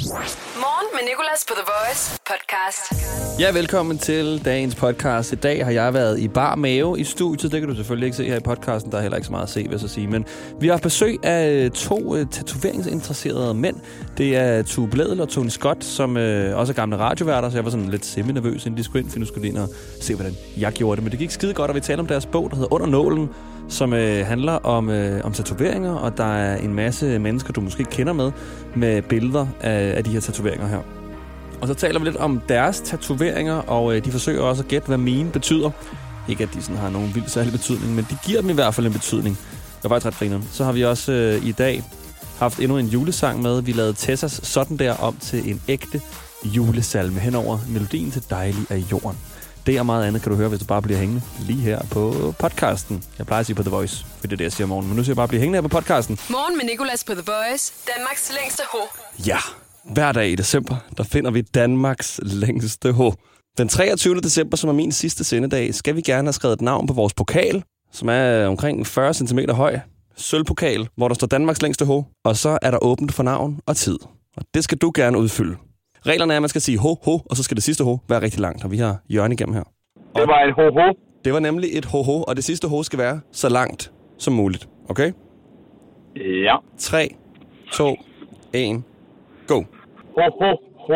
Morgen med Nicolas på The Voice podcast. Ja, velkommen til dagens podcast. I dag har jeg været i bar mave i studiet. Det kan du selvfølgelig ikke se her i podcasten. Der er heller ikke så meget at se, vil jeg så sige. Men vi har besøg af to tatoveringsinteresserede mænd. Det er Tue Blædel og Tony Scott, som også er gamle radioværter. Så jeg var sådan lidt semi-nervøs, inden de skulle ind, for nu skulle de ind og se, hvordan jeg gjorde det. Men det gik skide godt, og vi talte om deres bog, der hedder Under Nålen, som handler om tatoveringer, og der er en masse mennesker, du måske kender med billeder af de her tatoveringer her. Og så taler vi lidt om deres tatoveringer, og de forsøger også at gætte, hvad mine betyder. Ikke at de sådan har nogen vildt særlig betydning, men de giver dem i hvert fald en betydning. Det var faktisk ret grineren. Så har vi også i dag haft endnu en julesang med. Vi lavede Tessas Sådan Der om til en ægte julesalme henover melodien til Dejlig af jorden. Det og meget andet kan du høre, hvis du bare bliver hængende lige her på podcasten. Jeg plejer at sige på The Voice, for det er det, jeg siger om morgenen. Men nu siger jeg bare, blive hængende her på podcasten. Morgen med Nicolas på The Voice. Danmarks længste H. Ja, hver dag i december, der finder vi Danmarks længste H. Den 23. december, som er min sidste sendedag, skal vi gerne have skrevet et navn på vores pokal, som er omkring 40 cm høj. Sølvpokal, hvor der står Danmarks længste H. Og så er der åbent for navn og tid. Og det skal du gerne udfylde. Reglerne er, at man skal sige ho, og så skal det sidste ho være rigtig langt, og vi har Jørgen igennem her. Det var et ho-ho. Det var nemlig et ho, og det sidste ho skal være så langt som muligt. Okay? Ja. 3, 2, 1, go. Ho-ho-ho.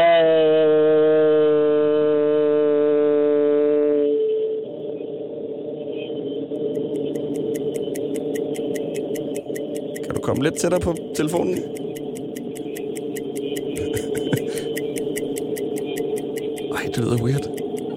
Kan du komme lidt tættere på telefonen? Ej, det lyder weird.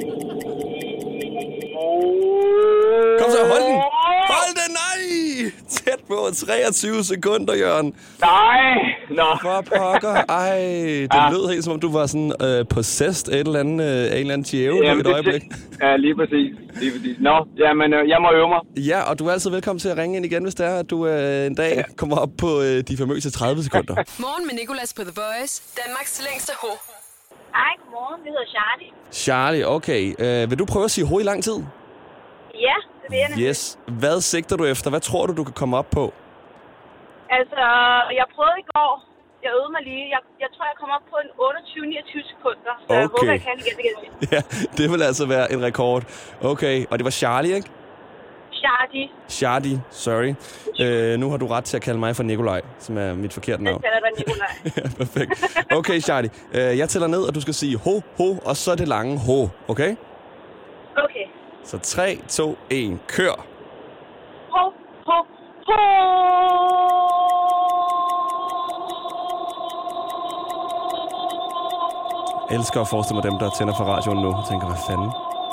Kom så, hold den! Hold den, nej! Tæt på 23 sekunder, Jørgen. Nej! Nå. For pokker. Ej, det lød helt som om du var sådan possessed af en eller anden djævel i et øjeblik. Ja, lige præcis. Nå, jamen, jeg må øve mig. Ja, og du er altid velkommen til at ringe ind igen, hvis det er, at du en dag kommer op på de famøse 30 sekunder. Morgen med Nicolas på The Voice. Danmarks længste H. Hej, godmorgen. Vi hedder Charlie. Charlie, okay. Vil du prøve at sige ho i lang tid? Ja, det vil jeg nemlig. Yes. Hvad sigter du efter? Hvad tror du kan komme op på? Altså, jeg prøvede i går. Jeg øvede mig lige. Jeg tror, jeg kom op på en 28-29 sekunder. Så jeg håber, jeg kan igen. Ja, det vil altså være en rekord. Okay, og det var Charlie, ikke? Charlie, sorry. Nu har du ret til at kalde mig for Nikolaj, som er mit forkerte navn. Jeg kalder dig Nikolaj. Ja, perfekt. Okay, Charlie. Jeg tæller ned, og du skal sige ho, og så det lange ho, okay? Okay. Så 3, 2, 1, kør. Ho. Jeg elsker at forestille mig dem, der tænder for radioen nu og tænker, hvad fanden?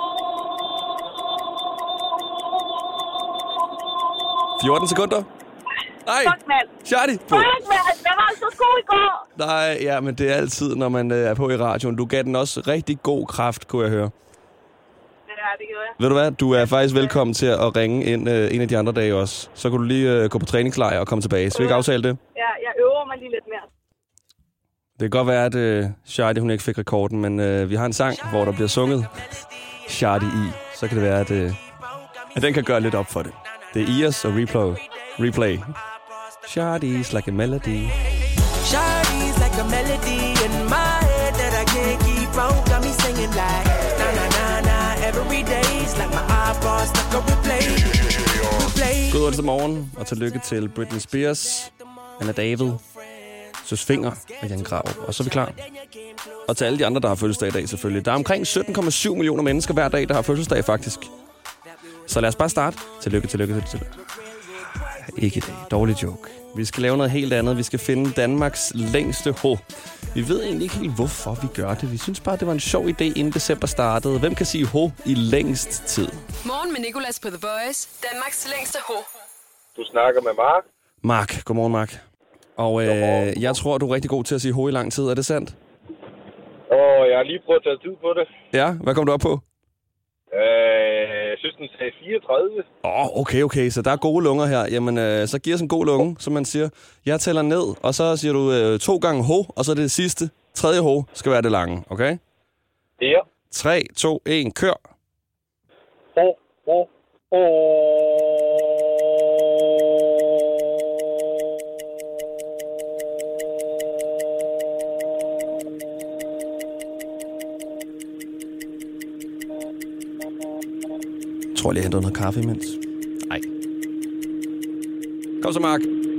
14 sekunder. Ej, Fuck, mand. Charlie. Fuck, mand. Jeg var så god i går. Nej, ja, men det er altid, når man er på i radioen. Du gav den også rigtig god kraft, kunne jeg høre. Ja, det gjorde jeg. Ved du hvad? Du er faktisk velkommen til at ringe ind en af de andre dage også. Så kan du lige gå på træningslejr og komme tilbage. Så vi ikke aftale det? Ja, jeg øver mig lige lidt mere. Det kan godt være, at Charlie hun ikke fik rekorden, men vi har en sang, hvor der bliver sunget Charlie i. Så kan det være, at den kan gøre lidt op for det. Det er Ias og Replay. Charlie's like a melody. Charlie's like a melody in my head that I can't keep on. Got me singing like na na na na every day's like my iPod stuck on replay. God onsdag morgen, og tillykke til Britney Spears, Anna David, Søs Finger og Jan Grav. Og så er vi klar. Og til alle de andre, der har fødselsdag i dag selvfølgelig. Der er omkring 17,7 millioner mennesker hver dag, der har fødselsdag faktisk. Så lad os bare starte. Tillykke. Ikke i dag. Dårlig joke. Vi skal lave noget helt andet. Vi skal finde Danmarks længste H. Vi ved egentlig ikke helt, hvorfor vi gør det. Vi synes bare, det var en sjov idé, inden december startede. Hvem kan sige H i længst tid? Morgen med Nicolas på The Voice. Danmarks længste H. Du snakker med Mark. Mark. Godmorgen, Mark. Og jeg tror, du er rigtig god til at sige H i lang tid. Er det sandt? Jeg har lige prøvet at tage tid på det. Ja, hvad kom du op på? Jeg synes, den sagde 34. Okay. Så der er gode lunger her. Jamen, så giver os en god lunge, som man siger. Jeg tæller ned, og så siger du 2 gange H, og så det sidste. 3. H skal være det lange, okay? Ja. 3, 2, 1, kør. Ho. tror lige, jeg henter noget kaffe imens. Nej. Kom så, Mark.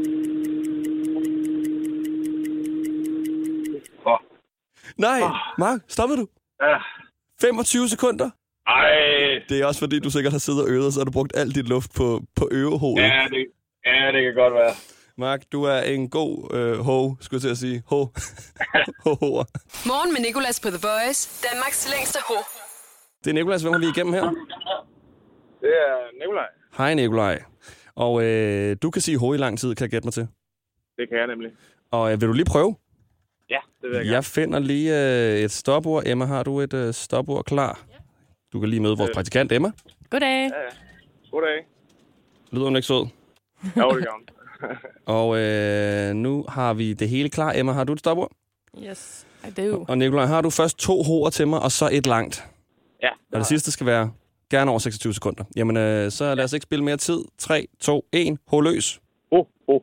Nej, Mark, stoppede du? Ja. 25 sekunder? Ej. Det er også fordi, du sikkert har siddet og øvet, så har du brugt alt dit luft på øvehovedet. Ja, det kan godt være. Mark, du er en god ho, skulle jeg til at sige. Ho. Ho-hoer. Morgen med Nicolas på The Voice. Danmarks længste ho. Det er Nicolas, hvem har vi igennem her? Det er Nikolaj. Hej, Nikolaj. Og du kan sige ho i lang tid, kan jeg gætte mig til. Det kan jeg nemlig. Og vil du lige prøve? Ja, det vil jeg gerne. Jeg finder lige et stopord. Emma, har du et stopord klar? Ja. Du kan lige møde vores praktikant, Emma. Goddag. Ja. Goddag. Lyder hun ikke sød? Jo, det gør hun. Og nu har vi det hele klar. Emma, har du et stopord? Yes, I do. Og Nikolaj, har du først 2 hoer til mig, og så et langt? Ja. Og det sidste skal være gerne over 26 sekunder. Jamen, så lad os ikke spille mere tid. 3, 2, 1. Ho løs. Ho.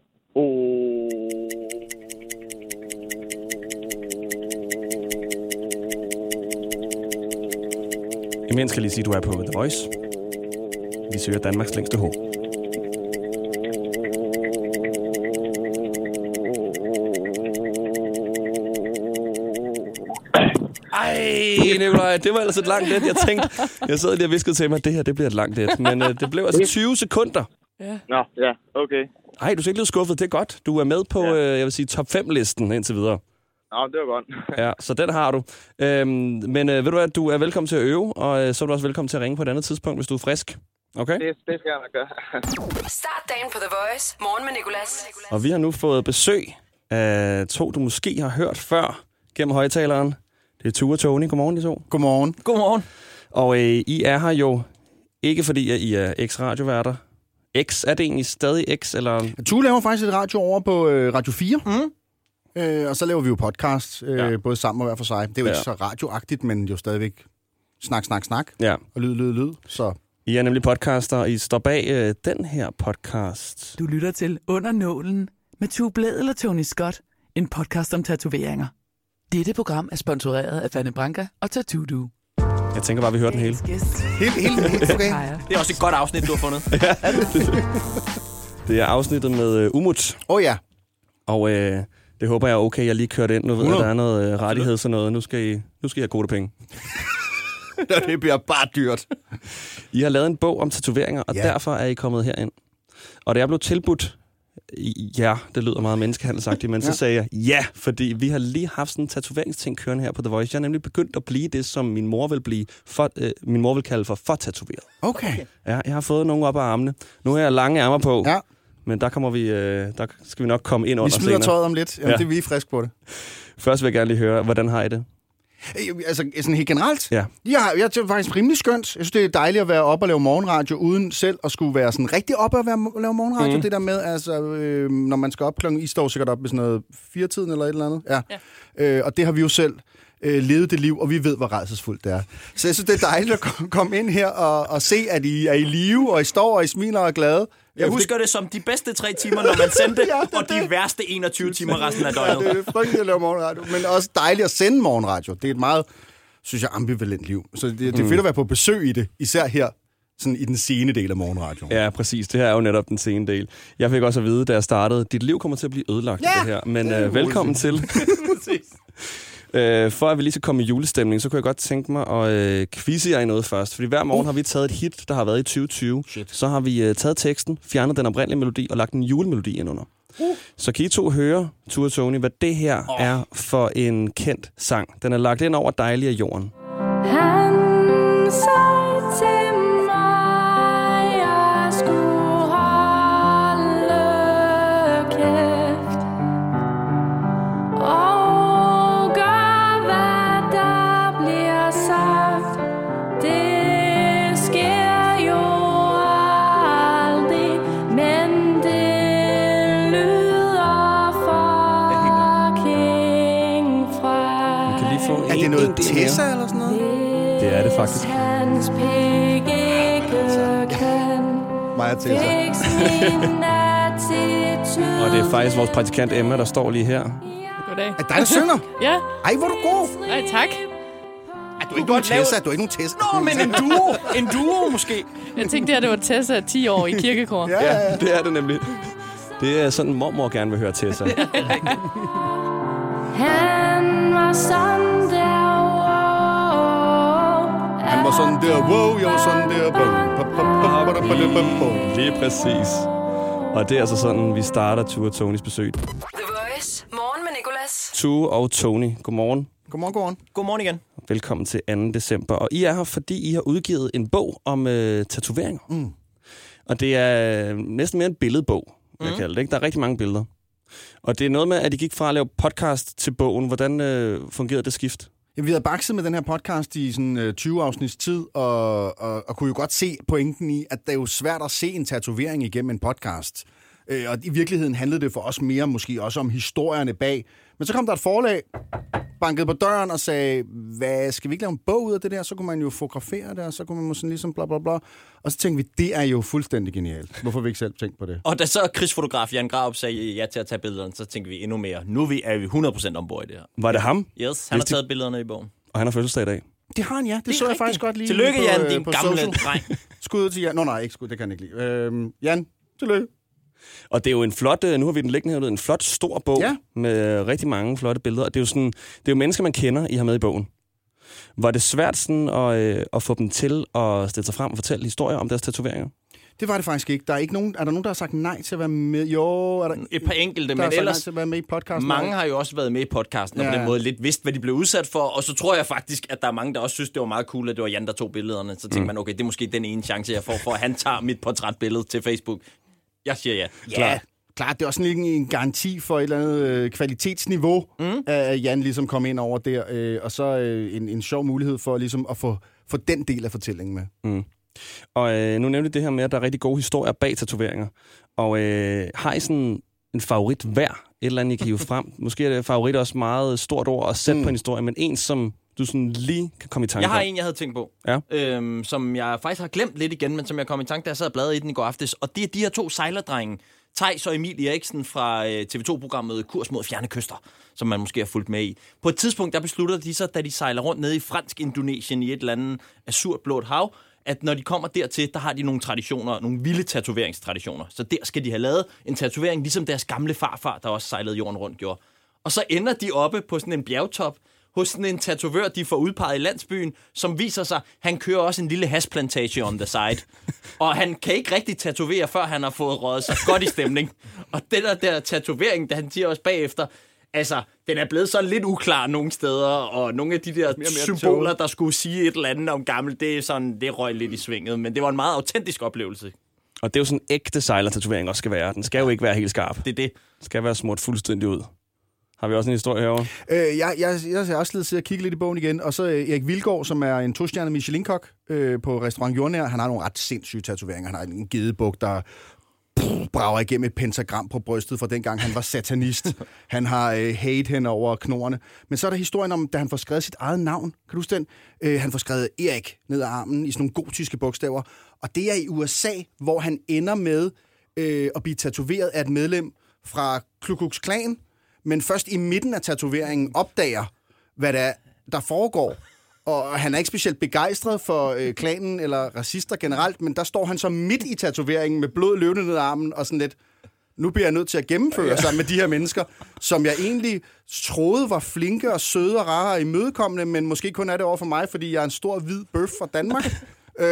Imens skal jeg lige sige, at du er på The Voice. Vi søger Danmarks længste ho. Ej, Nikolaj, det var altså et langt let. Jeg sad lige og viskede til mig, at det her det bliver et langt let. Men det blev altså 20 sekunder. Ja. Nå, ja, okay. Ej, du er ikke lidt skuffet. Det er godt. Du er med på, jeg vil sige, top 5-listen indtil videre. Nå, det var godt. Ja, så den har du. Men ved du hvad, du er velkommen til at øve, og så er du også velkommen til at ringe på et andet tidspunkt, hvis du er frisk. Okay? Det skal jeg nok gøre. Start dagen på The Voice. Morgen med Nicolas. Og vi har nu fået besøg af 2, du måske har hørt før gennem højtaleren. Det er Tue og Tony. Godmorgen, de 2. Godmorgen. Godmorgen. Og I er her jo ikke fordi, at I er X-radioværter. X, er det egentlig stadig X, eller? Tue laver faktisk et radio over på Radio 4. Og så laver vi jo podcast, både sammen og hver for sig. Det er jo ikke så radioagtigt, men jo stadigvæk snak. Ja. Og lyd. Så. I er nemlig podcaster, og I står bag den her podcast. Du lytter til Under Nålen med Tue Blædel og Tony Scott. En podcast om tatoveringer. Dette program er sponsoreret af Fanny Branca og Tattoo. Jeg tænker bare, vi hører den hele. Helt okay. Det er også et godt afsnit, du har fundet. Det er afsnittet med Umut. Ja. Og det håber jeg er okay, jeg lige kørte ind. Nu ved jeg, der er noget rettighed og noget. Nu skal I have gode penge. Det bliver bare dyrt. I har lavet en bog om tatoveringer, og derfor er I kommet herind. Og da jeg blev tilbudt, det lyder meget menneskehandelsagtigt, men så sagde jeg fordi vi har lige haft sådan en tatoveringsting kørende her på The Voice. Jeg er nemlig begyndt at blive det, som min mor vil kalde for tatoveret. Okay. Ja, jeg har fået nogle op af armene. Nu har jeg lange ærmer på, men der skal vi nok komme ind under senere. Vi smider tøjet om lidt. Jamen, det er vi frisk på det. Først vil jeg gerne lige høre, hvordan har I det? Altså sådan helt generelt? Ja. Jeg er faktisk rimelig skønt. Jeg synes, det er dejligt at være oppe og lave morgenradio, uden selv at skulle være sådan rigtig oppe og lave morgenradio. Det der med, altså, når man skal op klokken, I står sikkert op med sådan noget 4-tiden eller et eller andet. Ja. Og det har vi jo selv levet det liv, og vi ved, hvor rædselsfuldt det er. Så jeg synes, det er dejligt at komme ind her og se, at I er i live, og I står, og I smiler og er glade. Jeg husker det som de bedste 3 timer, når man sendte, og de værste 21 timer resten af døgnet. Ja, det er frygteligt at lave morgenradio, men også dejligt at sende morgenradio. Det er et meget, synes jeg, ambivalent liv. Så det er fedt at være på besøg i det, især her, sådan i den sene del af morgenradio. Ja, præcis. Det her er jo netop den sene del. Jeg fik også at vide, da jeg startede, dit liv kommer til at blive ødelagt i det her. Men velkommen til. For at vi lige skal komme i julestemning, så kunne jeg godt tænke mig at quizze jer i noget først. Fordi hver morgen har vi taget et hit, der har været i 2020. Så har vi taget teksten, fjernet den oprindelige melodi og lagt en julemelodi ind under. Så kan I 2 høre, Tue og Tony, hvad det her er for en kendt sang. Den er lagt ind over Dejlig af jorden. Han sagde til mig, jeg skulle holde kæft og gøre, hvad der bliver sagt. Det sker jo aldrig, men det lyder fucking fra. Kan lige få Er det noget Tessa eller sådan noget? Det er det faktisk. Hans pik ikke kan Maja Tessa. Og det er faktisk vores praktikant Emma, der står lige her. Goddag. Er dig, der synger? Ja. Ej, hvor er du god. Nej, tak. Du er ikke nogen Tessa. Du er ikke nogen Tessa. Nå, men en duo. En duo måske. Jeg tænkte, det var Tessa 10 år i kirkekor. Ja, det er det nemlig. Det er sådan, mormor gerne vil høre Tessa. Han var sådan der, Han var sådan der, wow, jeg var sådan der, Lige præcis. Og det er altså sådan, vi starter Tue og Tonys besøg. The Voice. Morgen med Nicolas. Tue og Tony, godmorgen. Godmorgen. Godmorgen igen. Velkommen til 2. december. Og I er her, fordi I har udgivet en bog om tatoveringer. Mm. Og det er næsten mere en billedbog, jeg kalder det, ikke? Der er rigtig mange billeder. Og det er noget med, at I gik fra at lave podcast til bogen. Hvordan fungerede det skift? Ja, vi havde bakset med den her podcast i sådan 20 afsnits tid, og kunne jo godt se pointen i, at det er jo svært at se en tatovering igennem en podcast. Og i virkeligheden handlede det for os mere måske også om historierne bag. Men så kom der et forlag, bankede på døren og sagde, hvad, skal vi ikke lave en bog ud af det der? Så kunne man jo fotografere det, og så kunne man måske ligesom bla bla bla. Og så tænkte vi, det er jo fuldstændig genialt. Hvorfor har vi ikke selv tænkt på det? Og da så krigsfotograf Jan Graup sagde ja til at tage billederne, så tænkte vi endnu mere. Nu er vi 100% ombord i det her. Var det ham? Yes, han har taget billederne i bogen. Og han har fødselsdag i dag. Det har han, ja. Det så jeg faktisk godt lige. Tillykke, på, Jan, din på gamle social. dreng. Skud til Jan. Nå, nej, ikke skud, det kan han ikke lide. Jan, tillykke. Og det er jo en flot, nu har vi den liggende herude, en flot stor bog med rigtig mange flotte billeder. Og det er jo sådan, det er jo mennesker, man kender, I har med i bogen. Var det svært sådan at få dem til at stille sig frem og fortælle historier om deres tatoveringer? Det var det faktisk ikke. Der er ikke nogen, er der nogen, der har sagt nej til at være med? Jo, er der et par enkelte, men ellers til at være med i podcasten. Mange har jo også været med i podcasten, og på den måde lidt vidst, hvad de blev udsat for. Og så tror jeg faktisk, at der er mange, der også synes, det var meget cool, at det var Jan, der tog billederne. Så tænker man, okay, det er måske den ene chance, jeg får, for at han tager mit portrætbillede til Facebook. Jeg siger ja. Ja, klart. Det er også en garanti for et eller andet kvalitetsniveau, at Jan ligesom kom ind over der. Og så en sjov mulighed for ligesom at få den del af fortællingen med. Mm. Og nu nævnte det her med, at der er rigtig gode historier bag tatoveringer. Og har I sådan en favorit hver? Et eller andet, I kan hive frem? Måske er det favorit også meget stort ord at sætte på en historie, men en, som du sådan lige kan komme i tanke om. Jeg har en, jeg havde tænkt på, som jeg faktisk har glemt lidt igen, men som jeg kom i tanke, da jeg sad og bladrede i den i går aftes. Og det er de her to sejlerdrenge, Theis og Emil Eriksen fra TV2-programmet Kurs mod fjerne kyster, som man måske har fulgt med i. På et tidspunkt, der beslutter de så, da de sejler rundt nede i fransk Indonesien i et eller andet azurt blåt hav, at når de kommer dertil, der har de nogle traditioner, nogle vilde tatoveringstraditioner. Så der skal de have lavet en tatovering, ligesom deres gamle farfar, der også sejlede jorden rundt, gjorde. Og så ender de oppe på sådan en bjergtop, hos sådan en tatovør, de får udpeget i landsbyen, som viser sig, han kører også en lille hashplantage on the side. Og han kan ikke rigtig tatovere, før han har fået røget sig godt i stemning. Og det der tatovering, da han siger også bagefter, altså, den er blevet sådan lidt uklar nogle steder, og nogle af de der symboler, der skulle sige et eller andet om gammel, det røg lidt i svinget, men det var en meget autentisk oplevelse. Og det er jo sådan en ægte sejlertatovering også skal være. Den skal jo ikke være helt skarp. Det er det. Den skal være smurt fuldstændig ud. Har vi også en historie herovre? Jeg har også lidt til at kigge lidt i bogen igen. Og så Erik Vilgaard, som er en 2-stjernet Michelin-kok på restaurant Jordnær. Han har nogle ret sindssyge tatoveringer. Han har en gedebuk, der brager igennem et pentagram på brystet fra dengang han var satanist. Han har hate hen over knorene. Men så er der historien om, da han får skrevet sit eget navn. Kan du huske den? Han får skrevet Erik ned ad armen i sådan nogle gotiske bogstaver. Og det er i USA, hvor han ender med at blive tatoveret af et medlem fra Ku Klux Klan. Men først i midten af tatoveringen opdager, hvad der foregår. Og han er ikke specielt begejstret for klanen eller racister generelt, men der står han så midt i tatoveringen med blod løbende ned ad armen og sådan lidt, nu bliver jeg nødt til at gennemføre sammen med de her mennesker, som jeg egentlig troede var flinke og søde og rare og imødekommende, men måske kun er det over for mig, fordi jeg er en stor hvid bøf fra Danmark.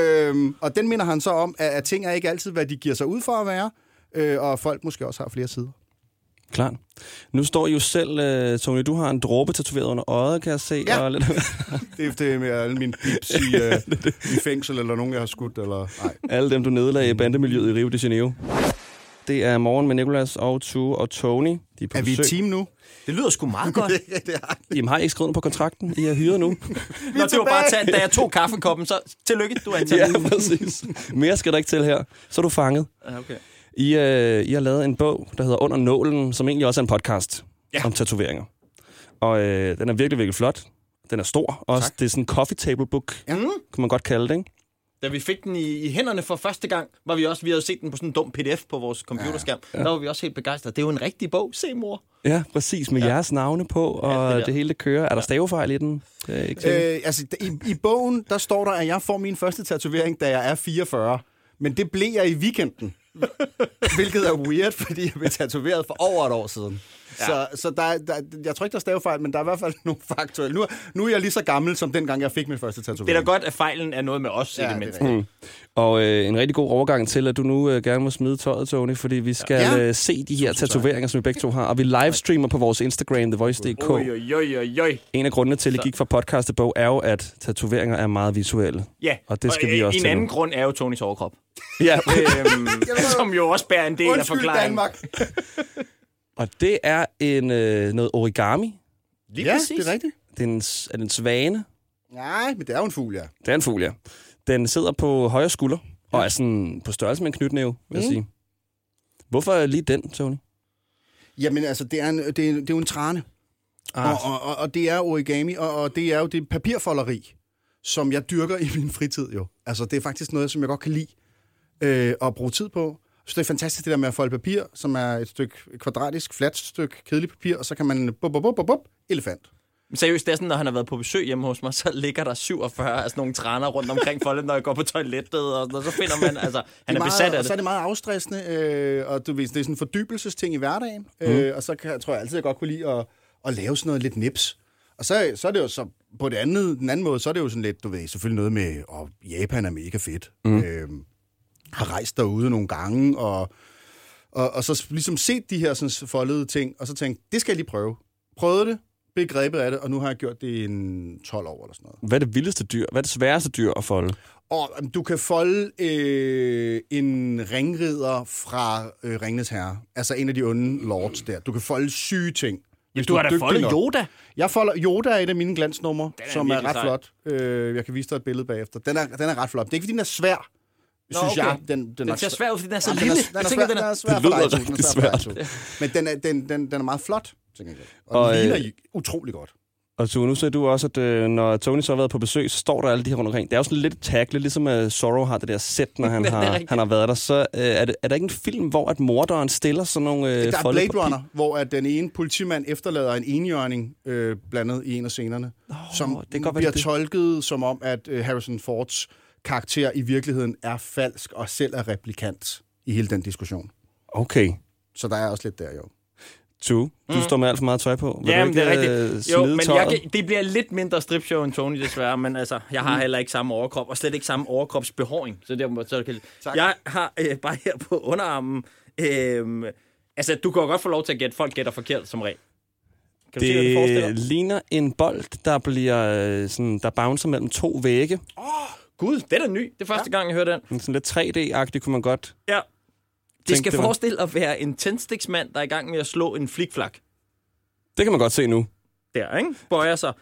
Og den minder han så om, at ting er ikke altid, hvad de giver sig ud for at være, og folk måske også har flere sider. Klart. Nu står I jo selv, Tony, du har en dråbe tatoveret under øjet, kan jeg se. Ja, og lidt... det er med alle mine pips i fængsel, eller nogen, jeg har skudt, eller nej. Alle dem, du nedlagde i bandemiljøet i Rio de Janeiro. Det er morgen med Nicolas og Tue og Tony. De er vi et team nu? Det lyder sgu meget godt. Jamen, har I ikke skrevet på kontrakten? I er hyret nu. Nå, det var bare da jeg tog kaffekoppen, så tillykke, du er ansat. Ja, præcis. Mere skal der ikke til her. Så er du fanget. Okay. I har lavet en bog, der hedder Under Nålen, som egentlig også er en podcast om tatoveringer. Og den er virkelig, virkelig flot. Den er stor også. Tak. Det er sådan en coffee table book, kunne man godt kalde det, ikke? Da vi fik den i hænderne for første gang, var vi havde set den på sådan en dum pdf på vores computerskærm. Der var vi også helt begejstrede. Det er jo en rigtig bog. Se, mor. Ja, præcis. Med jeres navne på, og det hele kører. Er der stavefejl i den? I bogen, der står der, at jeg får min første tatovering, da jeg er 44. Men det blev jeg i weekenden. Hvilket er weird, fordi jeg blev tatoveret for over et år siden. Ja. Så jeg tror ikke, der er stavefejl, men der er i hvert fald nogle faktuelle. Nu er jeg lige så gammel, som dengang jeg fik min første tatovering. Det er da godt, at fejlen er noget med os i det mindste. Og en rigtig god overgang til, at du nu gerne må smide tøjet, Tony, fordi vi skal se de her tatoveringer, som vi begge to har. Og vi livestreamer på vores Instagram, thevoice.dk. En af grundene til, at jeg gik fra podcast til bog, er jo, at tatoveringer er meget visuelle. Ja, og det skal vi også en anden grund er jo Tonys overkrop. Ja. Som jo også bærer en del af forklaringen. Danmark. Og det er noget origami. Lige præcis. Det er rigtigt. Er det en svane? Nej, men det er jo en fugl, ja. Det er en fugl, ja. Den sidder på højre skulder, og er sådan på størrelse med en knytnæve, vil jeg sige. Hvorfor lige den, Tony? Jamen, altså, det er jo en trane. Og det er origami, og det er jo det papirfolderi, som jeg dyrker i min fritid, jo. Altså, det er faktisk noget, som jeg godt kan lide at bruge tid på. Så det er fantastisk, det der med at folde papir, som er et stykke kvadratisk, fladt stykke kedeligt papir, og så kan man elefant. Men seriøst, det er sådan, når han har været på besøg hjemme hos mig, så ligger der 47 af sådan nogle træner rundt omkring foldet, når jeg går på toilettet, og så finder man, altså, han er besat af det. Så er det meget afstressende, og du ved, det er sådan en fordybelsesting i hverdagen, og så tror jeg altid, jeg godt kunne lide at lave sådan noget lidt nips. Og så er det jo så, på den anden måde, så er det jo sådan lidt, du ved, selvfølgelig noget med, Japan er mega fedt. Har rejst derude nogle gange, og så ligesom set de her sådan foldede ting, og så tænkt, det skal jeg lige prøve. Prøvede det, blev grebet af det, og nu har jeg gjort det i 12 år eller sådan noget. Hvad er det vildeste dyr? Hvad er det sværeste dyr at folde? Du kan folde en ringrider fra Ringenes Herre. Altså en af de onde lords der. Du kan folde syge ting. Ja, du har da foldet Yoda. Jeg folder Yoda er et af mine glansnumre, som er ret flot. Jeg kan vise dig et billede bagefter. Den er ret flot. Det er ikke, fordi den er svær. Synes jeg, den ser svær ud, fordi den er så lille. Den er svær for dig. Men den er meget flot, tænker jeg. Og den ligner utrolig godt. Og så nu ser du også, at når Tony så har været på besøg, så står der alle de her rundt omkring. Det er jo sådan lidt tackle, ligesom Zorro har det der sæt, når han har været der. Så er der ikke en film, hvor at morderen stiller sådan nogle der er Blade Runner, hvor at den ene politimand efterlader en enhjørning blandet i en af scenerne, som bliver tolket som om, at Harrison Fords karakter i virkeligheden er falsk og selv er replikant i hele den diskussion. Okay. Så der er også lidt der, jo. Du står med alt for meget tøj på. Jamen, det er rigtigt. Jo, men det bliver lidt mindre stripshow end Tony, desværre. Men altså, jeg har heller ikke samme overkrop, og slet ikke samme overkropsbehåring. Jeg har bare her på underarmen... altså, du kan jo godt få lov til at gætte. Folk gætter forkert, som regel. Kan du se, hvad det forestiller? Ligner en bold, der bliver der bouncer mellem to vægge. Gud, det er da ny. Det er første gang, jeg hører den. Sådan lidt 3D-agtigt kunne man godt... Ja. Det skal forestille at være en tændstiksmand, der er i gang med at slå en flikflak. Det kan man godt se nu. Der, ikke? Bøjer sig.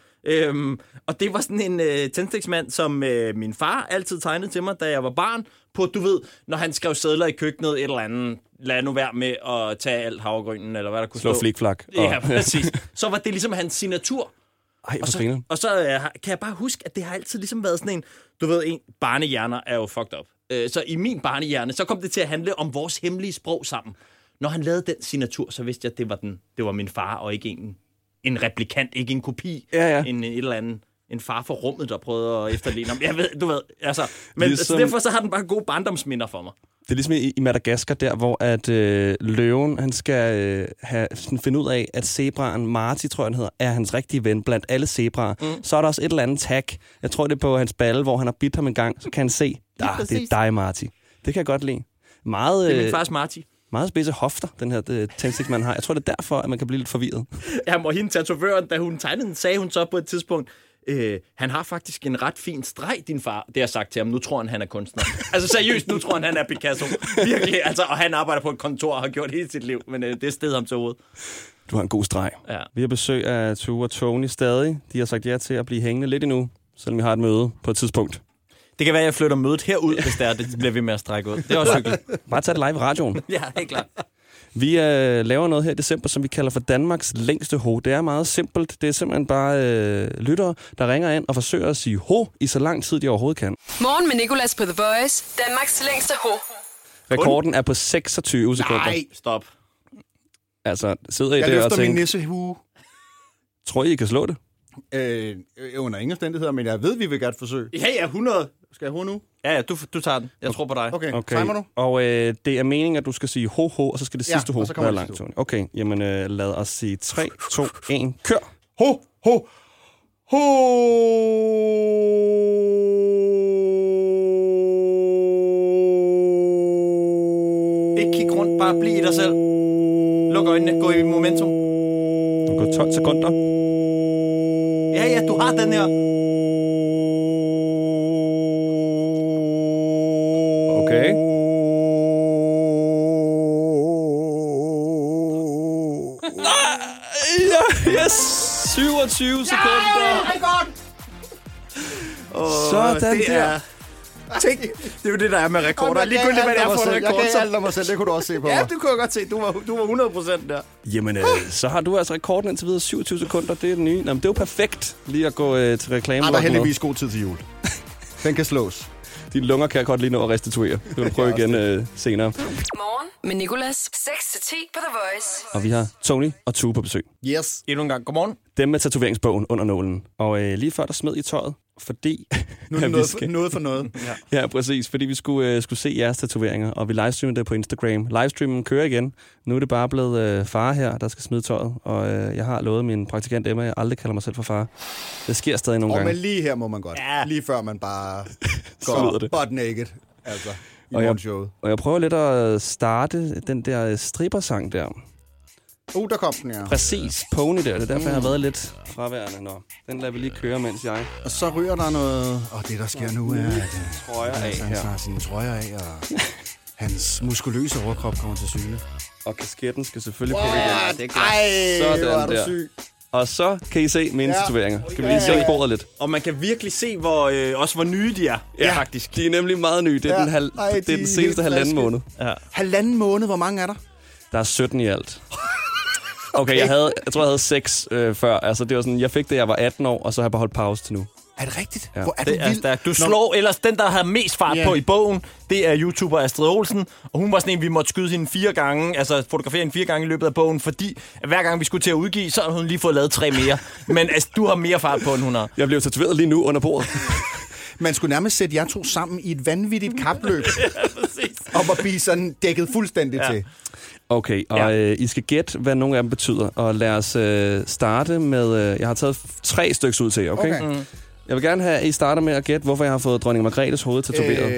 Og det var sådan en tændstiksmand, som min far altid tegnede til mig, da jeg var barn, på, du ved, når han skrev sedler i køkkenet, et eller andet, lad nu være med at tage alt havregrynen, eller hvad der kunne stå. Slå flikflak. Ja, præcis. Så var det ligesom hans signatur. Ej, og så kan jeg bare huske, at det har altid ligesom været sådan en, du ved, barnehjerner er jo fucked up. Så i min barnehjerne, så kom det til at handle om vores hemmelige sprog sammen. Når han lavede den signatur, så vidste jeg, at det var min far, og ikke en replikant, ikke en kopi. Ja. Et eller andet. En far for rummet, der prøvede at efterligne ham. Jeg ved, du ved, altså. Men ligesom, derfor så har den bare gode barndomsminder for mig. Det er ligesom i Madagaskar der, hvor at løven, han skal finde ud af, at zebraen, Marty tror jeg, han hedder, er hans rigtige ven blandt alle zebraer. Så er der også et eller andet tag. Jeg tror, det er på hans balle, hvor han har bidt ham en gang, så kan han se, det er dig, Marty. Det kan jeg godt lide. Meget, det er min fars Marty. Meget spidse hofter, den her tændstiksmand har. Jeg tror, det er derfor, at man kan blive lidt forvirret. Jamen, og hende tatovøren, da hun tegnede den, sagde hun så på et tidspunkt, han har faktisk en ret fin streg, din far. Det har jeg sagt til ham. Nu tror han er kunstner. Altså seriøst, nu tror han er Picasso. Virkelig, altså. Og han arbejder på et kontor og har gjort hele sit liv. Men det steder ham til hovedet. Du har en god streg. Ja. Vi har besøg af Tue og Tony stadig. De har sagt ja til at blive hængende lidt endnu, selvom vi har et møde på et tidspunkt. Det kan være, at jeg flytter mødet herud, hvis det bliver ved med at strække ud. Det er også hyggeligt. Bare tag det live i radioen. Ja, helt klart. Vi laver noget her i december, som vi kalder for Danmarks længste ho. Det er meget simpelt. Det er simpelthen bare lyttere, der ringer ind og forsøger at sige ho i så lang tid, de overhovedet kan. Morgen med Nicolas på The Voice. Danmarks længste ho. Rekorden er på 26 sekunder. Nej, stop. Altså, sidder I jeg der og løfter min tænker, nissehue. tror I kan slå det? Under ingen omstændigheder, men jeg ved, vi vil gerne forsøge. Ja, 100. Skal jeg ho nu? Ja, du tager den. Jeg tror på dig. Okay. Timer du? Og det er meningen, at du skal sige ho, ho, og så skal det sidste ho og så kommer være det langt. Okay, jamen lad os sige 3, 2, 1, kør! Ho, ho, ho! Ikke kig rundt, bare bliv i dig selv. Luk øjnene, gå i momentum. Du går 12 sekunder. Ja, du har den her. Okay. Ja, yes! 27 sekunder. Oh my god! Sådan der. Tænk, det er jo det, der er med rekorder. Ligegyldigt, hvad det er for en rekord. Jeg gav alt af mig selv, det kunne du også se på Ja, mig. det kunne jeg godt se. Du var 100% der. Jamen, så har du altså rekorden indtil videre 27 sekunder. Det er den nye. Jamen, det er jo perfekt lige at gå til reklame. Der er heldigvis god tid til jul. Den kan slås. Dine lunger kan jeg godt lige nå at restituere. Du vil prøve igen senere. Morgen med Nicolas. 6-10 på The Voice. Og vi har Tony og Tue på besøg. Yes. Endnu en gang. Godmorgen. Dem med tatoveringsbogen under nålen. Og lige før der smed I tøjet, fordi... Nu er det noget for noget. Ja, præcis. Fordi vi skulle se jeres tatoveringer, og vi livestreamede det på Instagram. Livestreamen kører igen. Nu er det bare blevet far her, der skal smide tøjet. Og jeg har lovet min praktikant Emma, at jeg aldrig kalder mig selv for far. Det sker stadig nogle gange. Men lige her må man godt. Ja. Lige før man bare Smider går det. butt naked. Altså, i morgenshowet. Og jeg prøver lidt at starte den der strippersang der. Der kom den, ja. Præcis, Pony der. Det er derfor, jeg har været lidt fraværende. Nå, den lader vi lige køre, mens jeg... Og så ryger der noget... det der sker nu er, at trøjer af han tager sine trøjer af, og hans muskuløse overkrop kommer til syne. Og kasketten skal selvfølgelig på igen. Det er klart. Sådan Hvor er du der. syg. Og så kan I se mine tatoveringer. Skal vi lige se bordet lidt? Og man kan virkelig se, hvor nye de er. Ja, faktisk. De er nemlig meget nye. Det er, det er den seneste halvanden måned. Ja. Halvanden måned? Hvor mange er der? Der er 17 i alt. Okay, jeg tror, jeg havde 6 før. Altså, det var sådan, jeg fik det, jeg var 18 år, og så har jeg bare holdt pause til nu. Er det rigtigt? Ja. Hvor er du vild? Du slår ellers den, der har mest fart på i bogen. Det er YouTuber Astrid Olsen. Og hun var sådan en, vi måtte skyde hende 4 gange, altså fotografere hende 4 gange i løbet af bogen, fordi hver gang vi skulle til at udgive, så har hun lige fået lavet 3 mere. Men altså, du har mere fart på, end hun har. Jeg blev tatoveret lige nu under bordet. Man skulle nærmest sætte jer to sammen i et vanvittigt kapløb. Om at blive sådan dækket fuldstændig til. Okay, og I skal gætte, hvad nogle af dem betyder. Og lad os starte med... jeg har taget 3 stykker ud til jer, okay? Jeg vil gerne have, at I starter med at gætte, hvorfor jeg har fået dronning Margrethes hoved tatoveret.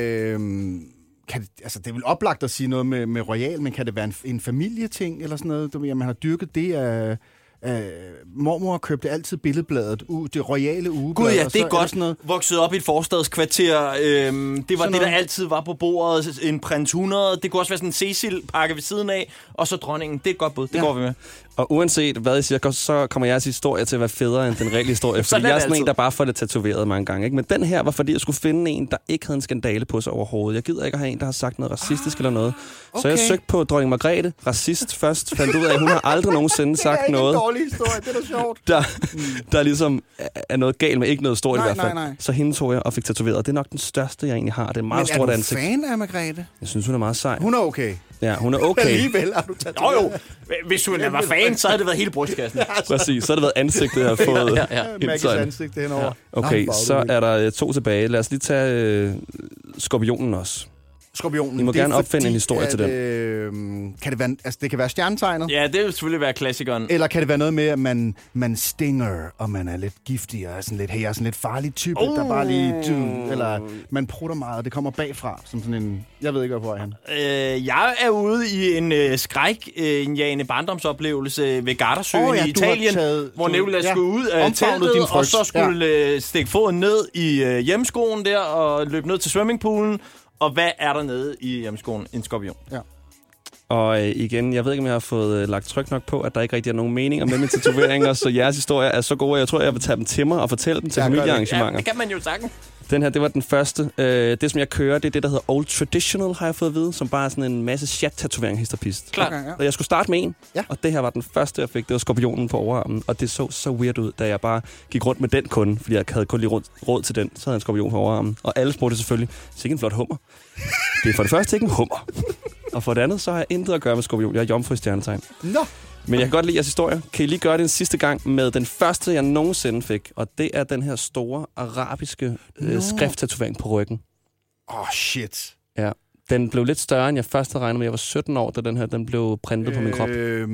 Det er vel oplagt at sige noget med royal, men kan det være en familieting eller sådan noget? Man har dyrket det af... mormor købte altid billedbladet, det royale ugeblad. Gud ja, det er godt. Vokset op i et forstadskvarter. Det var det, der altid var på bordet. En prins 100. Det kunne også være sådan en Cecil-pakke ved siden af. Og så dronningen. Det er et godt bud. Det går vi med. Og uanset hvad I siger, så kommer jeres historie til at være federe end den reelle historie. Fordi jeg er sådan en, der bare får det tatoveret mange gange. Ikke? Men den her var, fordi jeg skulle finde en, der ikke havde en skandale på sig overhovedet. Jeg gider ikke at have en, der har sagt noget racistisk eller noget. Okay. Så jeg søgte på dronning Margrethe, racist først. Fandt ud af, at hun har aldrig nogensinde sagt noget. Det er en dårlig historie, det er da sjovt. Der ligesom er noget galt med, ikke noget stort i hvert fald. Nej. Så hende tog jeg og fik tatoveret. Det er nok den største, jeg egentlig har. Det er meget stort ansigt. Men er du fan af Margrethe? Jeg synes, hun er meget sej. Hun er okay. Ja, hun er okay. Alligevel har du tatoveret. Jo. Hvis hun var fan, så havde det været hele brystkassen. Præcis, så har det været ansigtet, jeg har fået. Maggies ansigt, det henover. Okay, så er der 2 tilbage. Lad os lige tage skorpionen også. Skorpionen. I må gerne opfinde en historie til den. Kan det være, det kan være stjernetegnet? Ja, det vil selvfølgelig være klassikeren. Eller kan det være noget med, at man stinger, og man er lidt giftig, og er sådan lidt, hey, jeg er sådan lidt farlig type, der bare lige... Eller man prutter meget, og det kommer bagfra, som sådan en... Jeg ved ikke, hvor jeg er han. Jeg er ude i en skræk-indjagende barndomsoplevelse ved Gardasøen i Italien, hvor Nicolas skulle ud af teltet, og så skulle stikke foden ned i hjemskoen der, og løbe ned til swimmingpoolen. Og hvad er der nede i hjemskoen? En skorpion. Ja. Og igen, jeg ved ikke, om jeg har fået lagt tryk nok på, at der ikke rigtig er nogen meninger med mine tatoveringer, så jeres historier er så gode, jeg tror, jeg vil tage dem til mig og fortælle dem til familiearrangementer. Ja, det kan man jo sagtens. Den her, det var den første. Det, som jeg kører, det er det, der hedder Old Traditional, har jeg fået at vide, som bare er sådan en masse chat-tatovering histopist. Klart. Okay, ja. Og jeg skulle starte med en, og det her var den første, jeg fik. Det var skorpionen på overarmen, og det så weird ud, da jeg bare gik rundt med den kun, fordi jeg havde kun lige råd til den. Så havde jeg en skorpion på overarmen, og alle spurgte selvfølgelig, sikke en flot hummer. Det er for det første ikke en hummer. Og for det andet, så har jeg intet at gøre med skorpion. Jeg er jomfru i stjernetegn. Nå! Men jeg kan godt lide jeres historie. Kan I lige gøre det en sidste gang med den første, jeg nogensinde fik? Og det er den her store arabiske skrifttatovering på ryggen. Shit. Ja. Den blev lidt større, end jeg først havde regnet med. Jeg var 17 år, da den blev printet på min krop.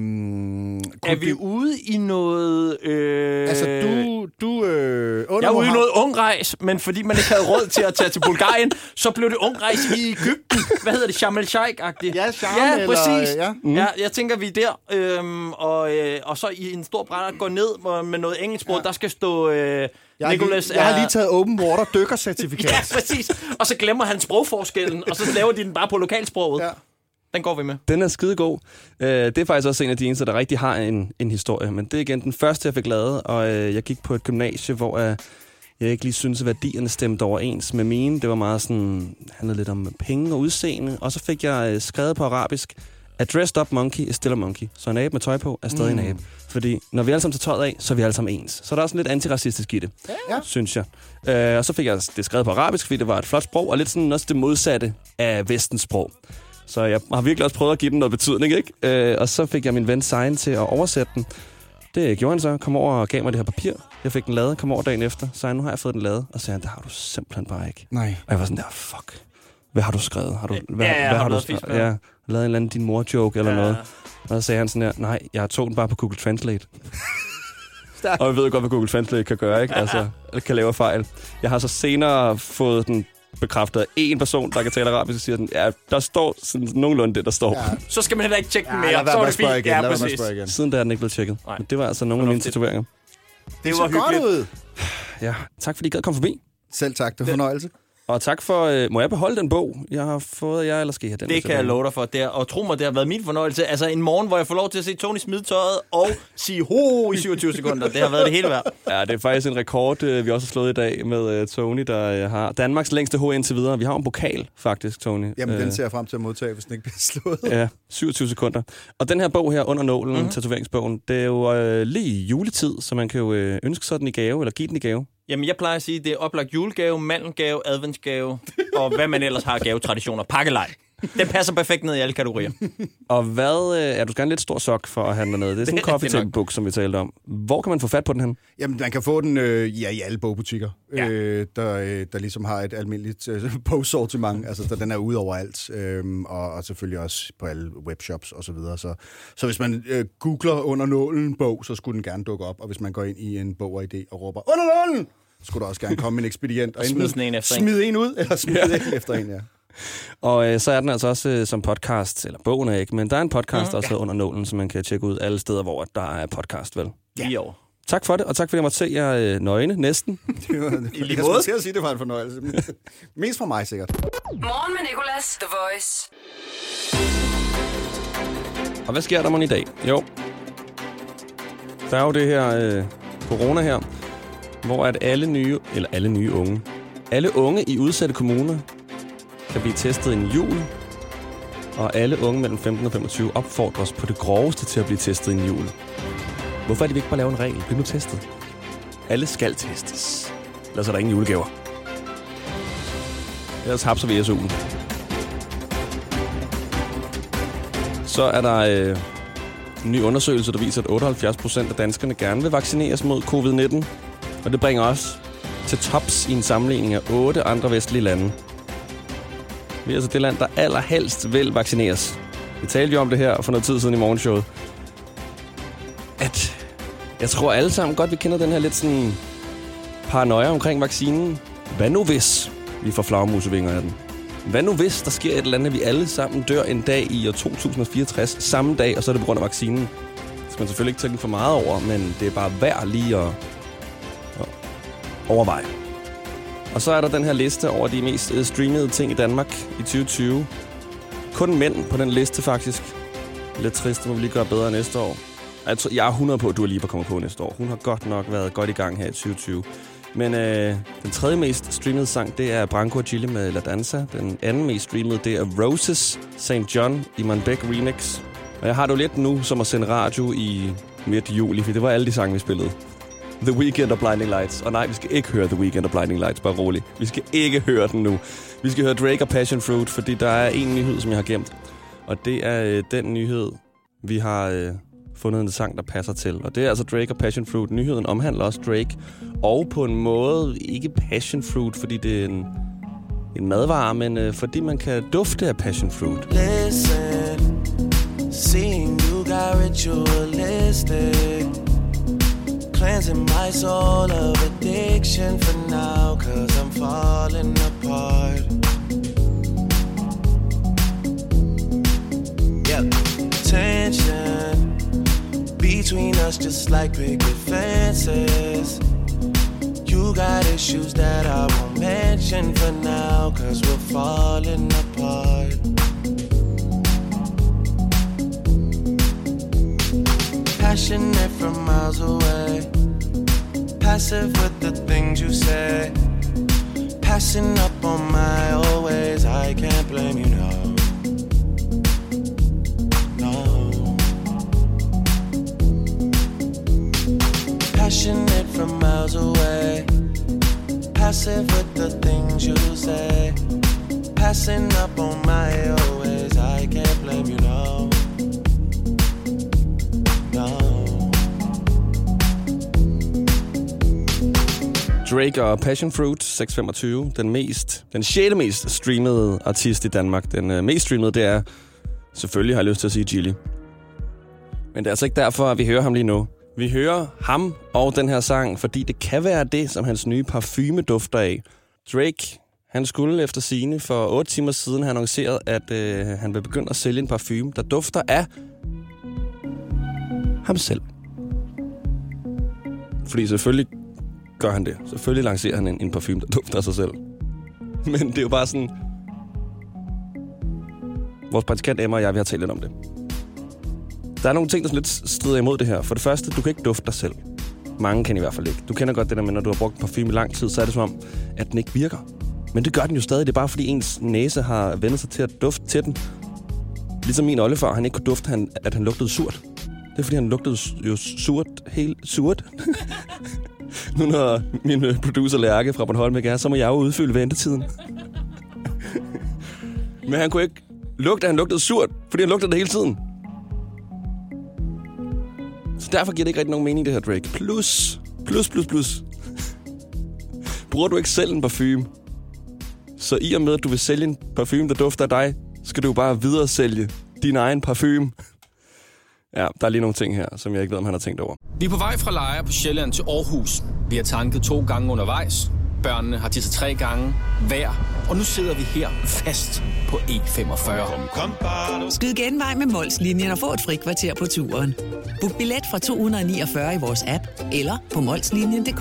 Er vi ude i noget... Altså, du jeg er ude i noget ungrejs, men fordi man ikke havde råd til at tage til Bulgarien, så blev det ungrejs i Egypten. Hvad hedder det? Sharm el-Sheikh-agtigt. Ja, Sharm ja, præcis. Eller, Ja, jeg tænker, vi er der. Og så i en stor brænder går ned med noget engelsksprog. Der skal stå... Jeg har lige taget open water dykkercertifikat. Ja, præcis. Og så glemmer han sprogforskellen, og så laver de den bare på lokalsproget. Ja. Den går vi med. Den er skidegod. Det er faktisk også en af de eneste, der rigtig har en historie. Men det er igen den første, jeg fik lavet, og jeg gik på et gymnasie, hvor jeg ikke lige synes, at værdierne stemte overens med mine. Det var meget sådan, handlede lidt om penge og udseende. Og så fik jeg skrevet på arabisk, a dressed up monkey is still a monkey. Så en abe med tøj på er stadig en abe. Fordi når vi alle sammen tager tøjet af, så er vi alle sammen ens. Så der er også lidt antiracistisk i det, synes jeg. Og så fik jeg det skrevet på arabisk, fordi det var et flot sprog, og lidt sådan også det modsatte af vestens sprog. Så jeg har virkelig også prøvet at give den noget betydning, ikke? Og så fog min ven Sein til at oversætte den. Det gjorde han så. Kom over og gav mig det her papir. Jeg fik den lavet, kom over dagen efter. Sein, nu har jeg fået den lavet. Og så sagde han, det har du simpelthen bare ikke. Nej. Og jeg var sådan der, fuck. Hvad har du skrevet? Hvad har du skrevet? Ja, lavet en eller anden din mor-joke eller noget. Og så sagde han sådan her, nej, jeg tog den bare på Google Translate. Og jeg ved godt, hvad Google Translate kan gøre, ikke? Altså, kan lave fejl. Jeg har så senere fået den bekræftet af en person, der kan tale arabisk, og siger den, ja, der står sådan nogenlunde det, der står. Ja. Så skal man heller ikke tjekke den mere. Så er det fint. Ja, præcis. Siden da er den ikke blevet tjekket. Nej. Men det var altså nogle af mine tatoveringer. Det var hyggeligt. Godt ud. Ja, tak fordi I gad komme forbi. Selv tak, det var fornøjelse. Og tak for... må jeg beholde den bog, jeg har fået jer, eller skal I have den? Det kan jeg love dig for. Og tro mig, det har været min fornøjelse. Altså en morgen, hvor jeg får lov til at se Tony smide tøjet og sige ho i 27 sekunder. Det har været det hele værd. Ja, det er faktisk en rekord, vi også har slået i dag med Tony, der har Danmarks længste ho indtil videre. Vi har en pokal, faktisk, Tony. Jamen, den ser jeg frem til at modtage, hvis den ikke bliver slået. Ja, 27 sekunder. Og den her bog her, Under nålen, tatoveringsbogen, det er jo lige juletid, så man kan jo ønske sig den i gave, eller give den i gave. Jamen, jeg plejer at sige, det er oplagt julegave, mandelgave, adventsgave, og hvad man ellers har af gavetraditioner. Pakkelej. Den passer perfekt ned i alle kategorier. Og hvad er du skal have en lidt stor sok for at handle ned? Det er sådan en coffee table book, som vi talte om. Hvor kan man få fat på den hen? Jamen, man kan få den i alle bogbutikker, der ligesom har et almindeligt bogsortiment. Altså, den er ude overalt, og selvfølgelig også på alle webshops og så videre. Så hvis man googler Under nålen bog, så skulle den gerne dukke op. Og hvis man går ind i en Bog og Idé og råber, Under nålen! Skulle der også gerne komme en ekspedient. Og smid en ud, eller smid en efter en, ja. Og så er den altså også som podcast, eller bogen er ikke, men der er en podcast også Under nålen, som man kan tjekke ud alle steder, hvor der er podcast, vel? Ja. Tak for det, og tak fordi jeg måtte se jer nøgne, næsten. Det var, jeg skulle til at sige, det var en fornøjelse. Mest for mig, sikkert. Morgen med Nicolas, The Voice. Og hvad sker der mon i dag? Jo, der er jo det her corona her, hvor at alle unge i udsatte kommuner kan blive testet en jul, og alle unge mellem 15 og 25 opfordres på det groveste til at blive testet en jul. Hvorfor er de ikke bare lave en regel? Bliv nu testet. Alle skal testes. Ellers er der ingen julegaver. Ellers hapser vi SU'en. Så er der en ny undersøgelse, der viser, at 78% af danskerne gerne vil vaccineres mod covid-19. Og det bringer os til tops i en sammenligning af 8 andre vestlige lande. Vi er altså det land, der allerhelst vil vaccineres. Vi talte jo om det her for noget tid siden i morgenshowet. At jeg tror alle sammen godt, vi kender den her lidt sådan paranoia omkring vaccinen. Hvad nu hvis vi får flagermusevinger af den? Hvad nu hvis der sker et eller andet, at vi alle sammen dør en dag i år 2064, samme dag, og så er det på grund af vaccinen? Det skal man selvfølgelig ikke tænke for meget over, men det er bare værd lige at overveje. Og så er der den her liste over de mest streamede ting i Danmark i 2020. Kun mænd på den liste faktisk. Lidt trist, det må vi lige gøre bedre næste år. Jeg er 100 på, at Dua Lipa kommer på næste år. Hun har godt nok været godt i gang her i 2020. Men den tredje mest streamede sang, det er Branco og Chili med La Danza. Den anden mest streamede, det er Roses St. John i Manbeck Remix. Og jeg har det jo lidt nu som at sende radio i midt juli, for det var alle de sange, vi spillede. The Weeknd og Blinding Lights. Og nej, vi skal ikke høre The Weeknd og Blinding Lights, bare roligt. Vi skal ikke høre den nu. Vi skal høre Drake og Passion Fruit, fordi der er en nyhed, som jeg har gemt. Og det er den nyhed, vi har fundet en sang, der passer til. Og det er altså Drake og Passion Fruit. Nyheden omhandler også Drake. Og på en måde ikke Passion Fruit, fordi det er en madvare, men fordi man kan dufte af Passion Fruit. Listen, seeing you got ritualistic, cleansing my soul of addiction for now, 'cause I'm falling apart. Yeah, tension between us just like picket fences. You got issues that I won't mention for now, 'cause we're falling apart. Passionate from miles away, passive with the things you say, passing up on my old ways. I can't blame you, no. Passionate from miles away, passive with the things you say, passing up on my old ways. I can't blame you, no. Drake og Passion Fruit, 625. Den 6. mest streamede artist i Danmark. Den mest streamede, det er, selvfølgelig har jeg lyst til at sige Gilly. Men det er altså ikke derfor, at vi hører ham lige nu. Vi hører ham og den her sang, fordi det kan være det, som hans nye parfume dufter af. Drake, han skulle efter sigende for 8 timer siden have annonceret, at han vil begynde at sælge en parfume, der dufter af ham selv. Fordi selvfølgelig gør han det. Selvfølgelig lancerer han en parfume, der dufter af sig selv. Men det er jo bare sådan... Vores praktikant Emma og jeg, vi har talt lidt om det. Der er nogle ting, der lidt strider imod det her. For det første, du kan ikke dufte dig selv. Mange kan i hvert fald ikke. Du kender godt det der med, når du har brugt parfume i lang tid, så er det som om, at den ikke virker. Men det gør den jo stadig. Det er bare fordi ens næse har vendt sig til at dufte til den. Ligesom min oldefar, han ikke kunne dufte, at han lugtede surt. Det er fordi, han lugtede jo surt. Helt surt. Nu når min producer Lærke fra Bornholm ikke er, så må jeg jo udfylde ventetiden. Men han kunne ikke lugte, at han lugtede surt, fordi han lugtede det hele tiden. Så derfor giver det ikke rigtig nogen mening, det her Drake. Plus. Bruger du ikke selv en parfume? Så i og med, at du vil sælge en parfume, der dufter af dig, skal du bare videre sælge din egen parfume. Ja, der er lige nogle ting her, som jeg ikke ved, om han har tænkt over. Vi er på vej fra Lejre på Sjælland til Aarhus. Vi har tanket 2 gange undervejs. Børnene har tisset 3 gange hver. Og nu sidder vi her fast på E45. Skyd genvej med Mols-linjen og få et frikvarter på turen. Book billet fra 249 i vores app eller på molslinjen.dk.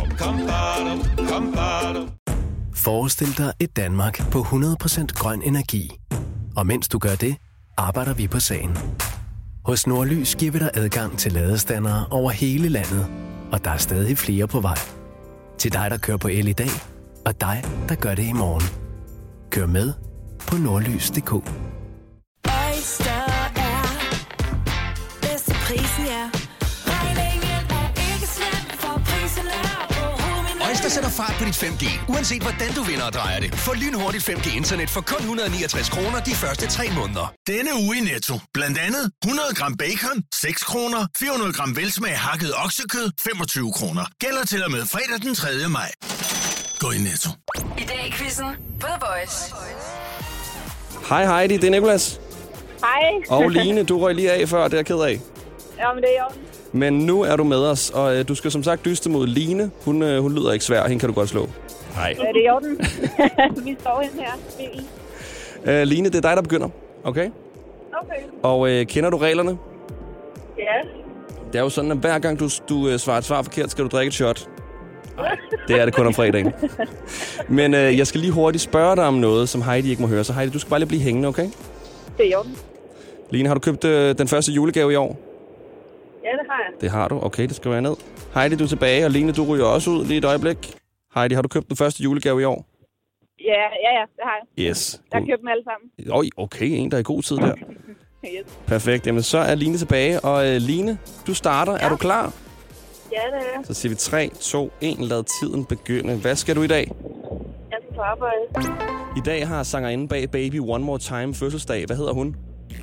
Forestil dig et Danmark på 100% grøn energi. Og mens du gør det, arbejder vi på sagen. Hos Nordlys giver vi dig adgang til ladestandere over hele landet, og der er stadig flere på vej. Til dig, der kører på el i dag, og dig, der gør det i morgen. Kør med på nordlys.dk. Oyster er bedst til prisen, ja. Regningen er ikke slem, for prisen er på hovedet. Oyster sætter fart på dit 5G, uanset hvordan du vinder og drejer det. Få lynhurtigt 5G-internet for kun 169 kroner de første 3 måneder. Denne uge i Netto. Blandt andet 100 gram bacon, 6 kroner. 400 gram velsmag hakket oksekød, 25 kroner. Gælder til og med fredag den 3. maj. Gå i Netto. I dag i quizzen på The Voice. Hej Heidi, det er Nicolas. Hej. Og Line, du røg lige af før, det er jeg ked af. Jamen, det er jo. Men nu er du med os, og du skal som sagt dyste mod Line. Hun lyder ikke svær, hende kan du godt slå. Nej. Det er i orden. Vi står hende her. Line, det er dig, der begynder. Okay? Okay. Og kender du reglerne? Ja. Det er jo sådan, at hver gang du svarer et svar forkert, skal du drikke et shot. Det er det kun om fredagen. Men jeg skal lige hurtigt spørge dig om noget, som Heidi ikke må høre. Så Heidi, du skal bare lige blive hængende, okay? Det er i orden. Line, har du købt den første julegave i år? Ja, det har jeg. Det har du. Okay, det skriver jeg ned. Heidi, du er tilbage, og Line, du ryger også ud lige et øjeblik. Heidi, har du købt den første julegave i år? Ja, det har jeg. Yes. Jeg har købt dem alle sammen. Okay, en der er i god tid der. Yes. Perfekt. Jamen, så er Line tilbage. Og Line, du starter. Ja. Er du klar? Ja, det er jeg. Så siger vi 3, 2, 1. Lad tiden begynde. Hvad skal du i dag? Jeg skal på arbejde. I dag har sangerinden bag Baby One More Time fødselsdag. Hvad hedder hun?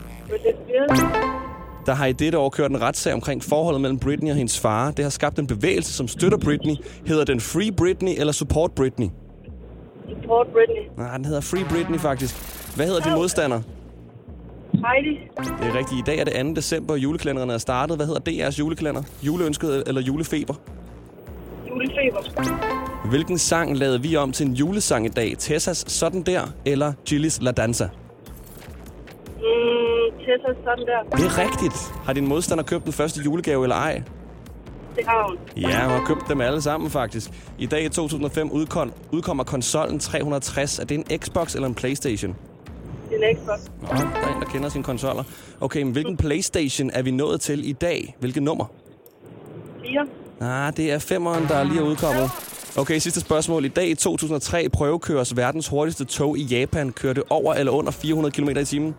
Der har i dette år kørt en retssag omkring forholdet mellem Britney og hendes far. Det har skabt en bevægelse, som støtter Britney. Hedder den Free Britney eller Support Britney? Support Britney. Nej, den hedder Free Britney faktisk. Hvad hedder din modstander? Heidi. Det er rigtigt. I dag er det 2. december, og julekalenderne er startet. Hvad hedder DR's julekalender? Juleønsket eller julefeber? Julefeber. Hvilken sang lavede vi om til en julesang i dag? Tessas Sådan Der eller Gillis La Danza? Tessas Sådan Der. Det er rigtigt. Har din modstander købt den første julegave eller ej? Det har hun. Ja, hun har købt dem alle sammen faktisk. I dag i 2005 udkommer konsollen 360. Er det en Xbox eller en PlayStation? Det er en Xbox. Nå, der er en, der kender sine konsoller. Okay, men hvilken PlayStation er vi nået til i dag? Hvilket nummer? 4. Det er 5'eren, der lige er udkommet. Okay, sidste spørgsmål. I dag i 2003 prøvekøres verdens hurtigste tog i Japan. Kører det over eller under 400 km i timen?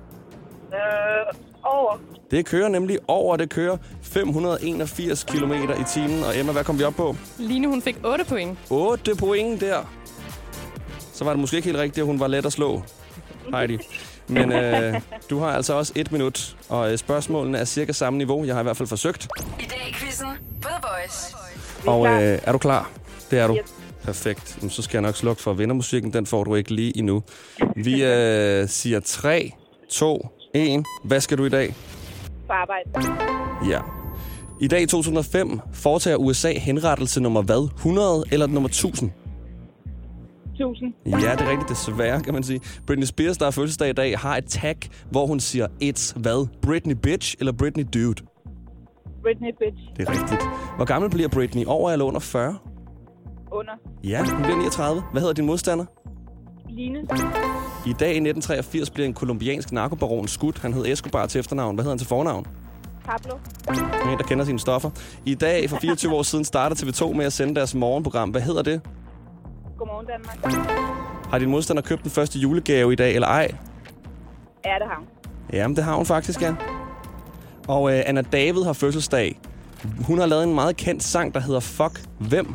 Over. Det kører nemlig over. Det kører 581 km i timen. Og Emma, hvad kom vi op på? Line, hun fik 8 point. 8 point der. Så var det måske ikke helt rigtigt, at hun var let at slå, Heidi. Men du har altså også 1 minut, og spørgsmålene er cirka samme niveau. Jeg har i hvert fald forsøgt. I dag i quizzen på The Voice. Og er du klar? Det er du. Yes. Perfekt. Så skal jeg nok slukke for vindermusikken. Den får du ikke lige endnu. Vi siger 3, 2, 1. Hvad skal du i dag? På arbejde. Ja. I dag i 2005 foretager USA henrettelse nummer hvad? 100 eller nummer 1000? 1000. Ja, det er rigtigt, desværre, kan man sige. Britney Spears, der har fødselsdag i dag, har et tag, hvor hun siger, it's hvad? Britney bitch eller Britney dude? Britney bitch. Det er rigtigt. Hvor gammel bliver Britney? Over eller under 40? Under. Ja, hun bliver 39. Hvad hedder din modstander? Line. I dag i 1983 bliver en kolumbiansk narkobaron skudt. Han hed Escobar til efternavn. Hvad hedder han til fornavn? Pablo. En, der kender sine stoffer. I dag, for 24 år siden, starter TV2 med at sende deres morgenprogram. Hvad hedder det? Godmorgen, Danmark. Har din modstander købt den første julegave i dag, eller ej? Ja, det har hun. Jamen, det har hun faktisk, ja. Og Anna David har fødselsdag. Hun har lavet en meget kendt sang, der hedder Fuck Hvem?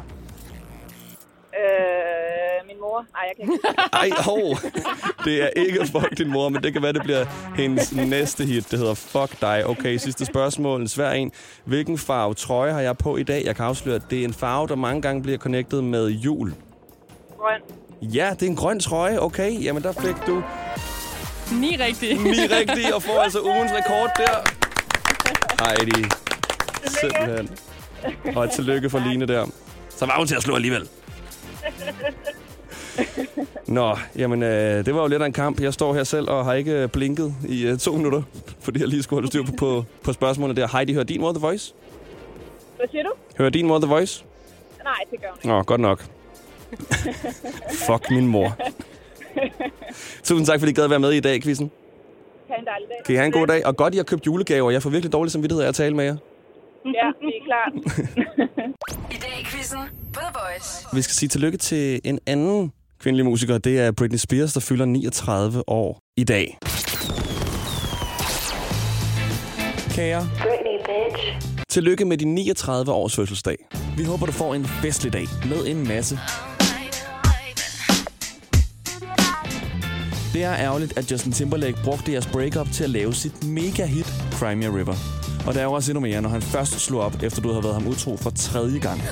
Min mor. Ej, jeg kan ikke. Det er ikke Fuck din mor, men det kan være, det bliver hendes næste hit. Det hedder Fuck dig. Okay, sidste spørgsmål. En svær en. Hvilken farve trøje har jeg på i dag? Jeg kan afsløre, at det er en farve, der mange gange bliver connectet med jul. Grøn. Ja, det er en grøn trøje. Okay, jamen der fik du 9 rigtige. 9 rigtige, og får altså ugens rekord der. Heidi. Simpelthen. Og et tillykke for Line der. Så var hun til at slå alligevel. Nå, jamen det var jo lidt af en kamp. Jeg står her selv og har ikke blinket i 2 minutter, fordi jeg lige skulle holde styr på spørgsmålene der. Heidi, hører din mor The Voice? Hvad siger du? Hører din mor The Voice? Nej, det gør hun ikke. Nå, godt nok. Fuck min mor. Tusind tak, fordi I gad at være med i dag, quizzen. Ha' en dejlig dag. Kan I have en god dag? Og godt, I har købt julegaver. Jeg får virkelig dårlig samvittighed af at tale med jer. Ja, vi er klar. I dag i quizzen på The Voice. Vi skal sige tillykke til en anden kvindelig musiker. Det er Britney Spears, der fylder 39 år i dag. Kære, Britney, bitch. tillykke med din 39 års fødselsdag. Vi håber, du får en festlig dag med en masse. Det er ærgerligt, at Justin Timberlake brugte jeres breakup til at lave sit mega-hit Cry Me a River. Og der er jo også endnu mere, når han først slog op, efter du havde været ham utro for 3. gang.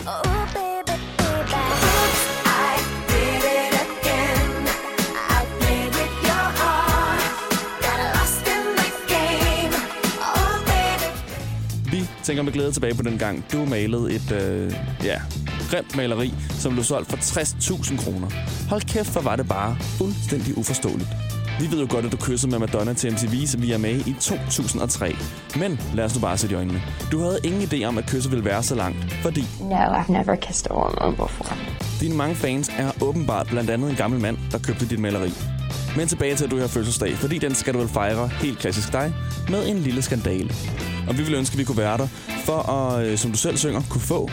Vi tænker med glæde tilbage på den gang, du malede et grimt maleri, som blev solgt for 60.000 kroner. Hold kæft, hvor var det bare fuldstændig uforståeligt. Vi ved jo godt, at du kyssede med Madonna til MTV, som vi er med i 2003. Men lad os nu bare sætte i øjnene. Du havde ingen idé om, at kysset ville være så langt, fordi... No, I've never kissed a woman before. Dine mange fans er åbenbart blandt andet en gammel mand, der købte dit maleri. Men tilbage til, at du har fødselsdag, fordi den skal du vel fejre helt klassisk dig med en lille skandale. Og vi vil ønske, at vi kunne være der, for at, som du selv synger, kunne få...